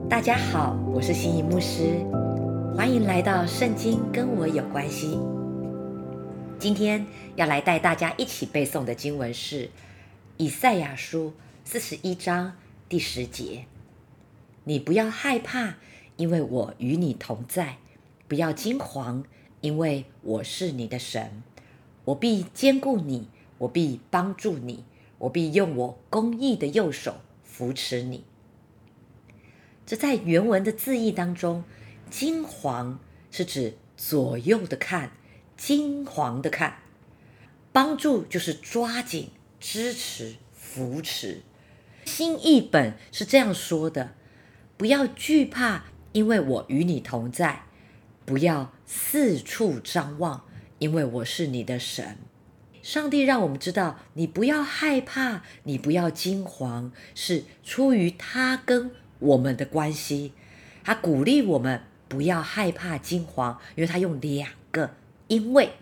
大家好，我是心怡牧师，欢迎来到圣经跟我有关系。今天要来带大家一起背诵的经文是以赛亚书41章第10节。你不要害怕，因为我与你同在；不要惊惶，因为我是你的神。我必坚固你，我必帮助你，我必用我公义的右手扶持你。这在原文的字义当中，惊惶是指左右的看，惊惶的看；帮助就是抓紧、支持、扶持。新译本是这样说的：不要惧怕，因为我与你同在；不要四处张望，因为我是你的神。上帝让我们知道，你不要害怕，你不要惊惶，是出于他跟我们的关系。他鼓励我们不要害怕惊惶，因为他用2个因为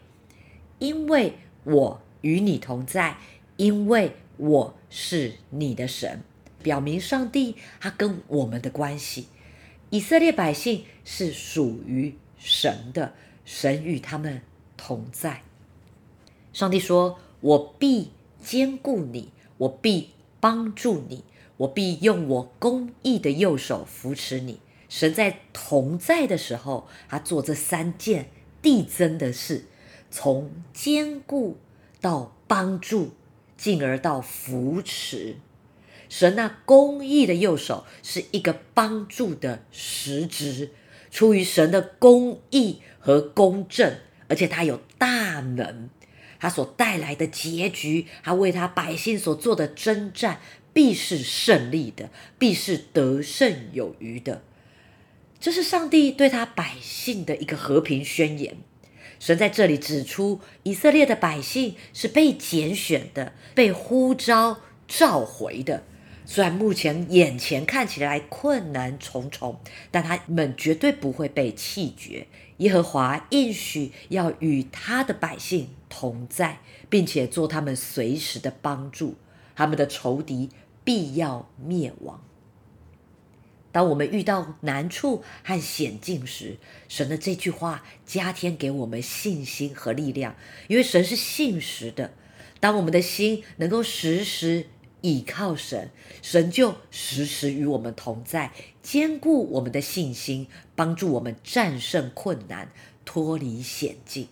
我与你同在，因为我是你的神，表明上帝他跟我们的关系。以色列百姓是属于神的，神与他们同在。上帝说，我必坚固你，我必帮助你，我必用我公义的右手扶持你。神在同在的时候，他做这3件递增的事，从坚固到帮助，进而到扶持。神那公义的右手是一个帮助的实质，出于神的公义和公正，而且他有大能，他所带来的结局，他为他百姓所做的征战，必是胜利的，必是得胜有余的。这是上帝对他百姓的一个和平宣言。神在这里指出，以色列的百姓是被拣选的，被呼召召回的。虽然目前眼前看起来困难重重，但他们绝对不会被弃绝。耶和华应许要与他的百姓同在，并且做他们随时的帮助，他们的仇敌必要灭亡。当我们遇到难处和险境时，神的这句话加添给我们信心和力量，因为神是信实的。当我们的心能够时时倚靠神，神就时时与我们同在，坚固我们的信心，帮助我们战胜困难，脱离险境。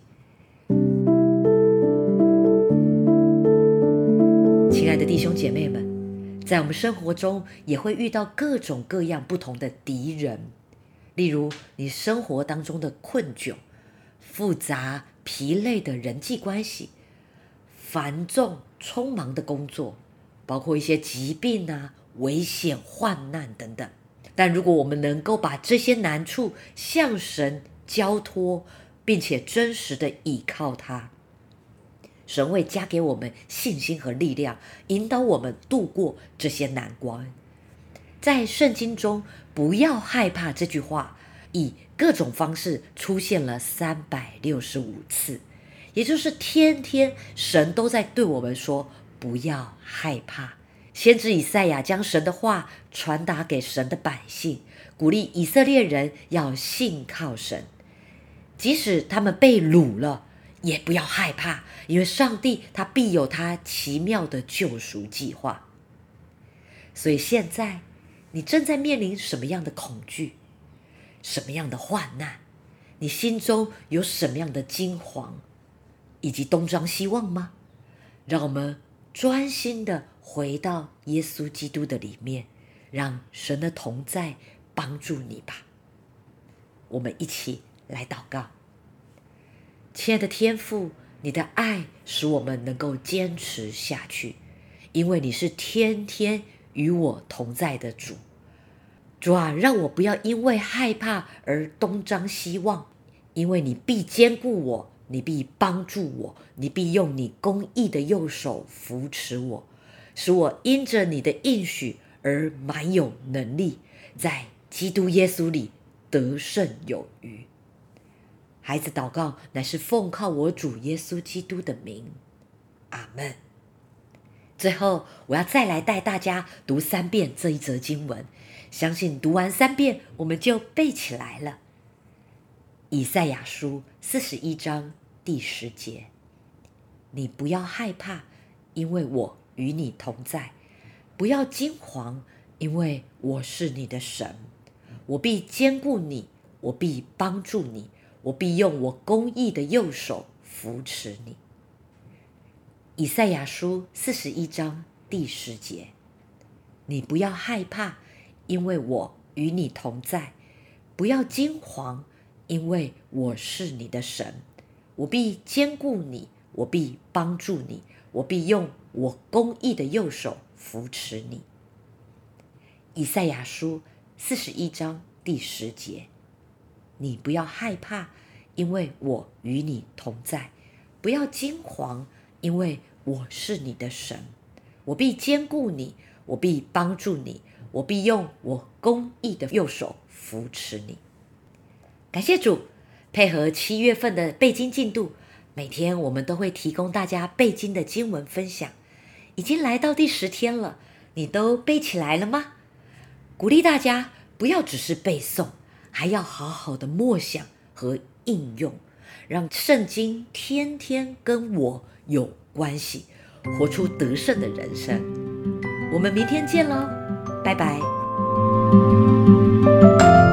亲爱的弟兄姐妹们，在我们生活中也会遇到各种各样不同的敌人，例如你生活当中的困窘、复杂疲累的人际关系、繁重匆忙的工作，包括一些疾病危险患难等等。但如果我们能够把这些难处向神交托，并且真实的倚靠他，神会加给我们信心和力量，引导我们度过这些难关。在圣经中，不要害怕这句话以各种方式出现了365次，也就是天天神都在对我们说不要害怕。先知以赛亚将神的话传达给神的百姓，鼓励以色列人要信靠神，即使他们被掳了，也不要害怕，因为上帝他必有他奇妙的救赎计划。所以现在你正在面临什么样的恐惧，什么样的患难，你心中有什么样的惊惶以及东张西望吗？让我们专心的回到耶稣基督的里面，让神的同在帮助你吧。我们一起来祷告。亲爱的天父，你的爱使我们能够坚持下去，因为你是天天与我同在的主。主啊，让我不要因为害怕而东张西望，因为你必坚固我，你必帮助我，你必用你公义的右手扶持我，使我因着你的应许而满有能力，在基督耶稣里得胜有余。孩子祷告乃是奉靠我主耶稣基督的名，阿们。最后，我要再来带大家读3遍这一则经文， 相信读完3遍，我们就背起来了。以赛亚书41章第10节，你不要害怕，因为我与你同在；不要惊惶，因为我是你的神。我必坚固你，我必帮助你，我必用我公义的右手扶持你。以赛亚书41章第10节，你不要害怕，因为我与你同在；不要惊惶，因为我是你的神。我必坚固你，我必帮助你，我必用我公义的右手扶持你。以赛亚书41章第10节，你不要害怕，因为我与你同在；不要惊惶，因为我是你的神。我必坚固你，我必帮助你，我必用我公义的右手扶持你。感谢主，配合7月份的背经进度，每天我们都会提供大家背经的经文分享。已经来到第10天了，你都背起来了吗？鼓励大家不要只是背诵，还要好好的默想和应用，让圣经天天跟我有关系，活出得胜的人生。我们明天见咯，拜拜。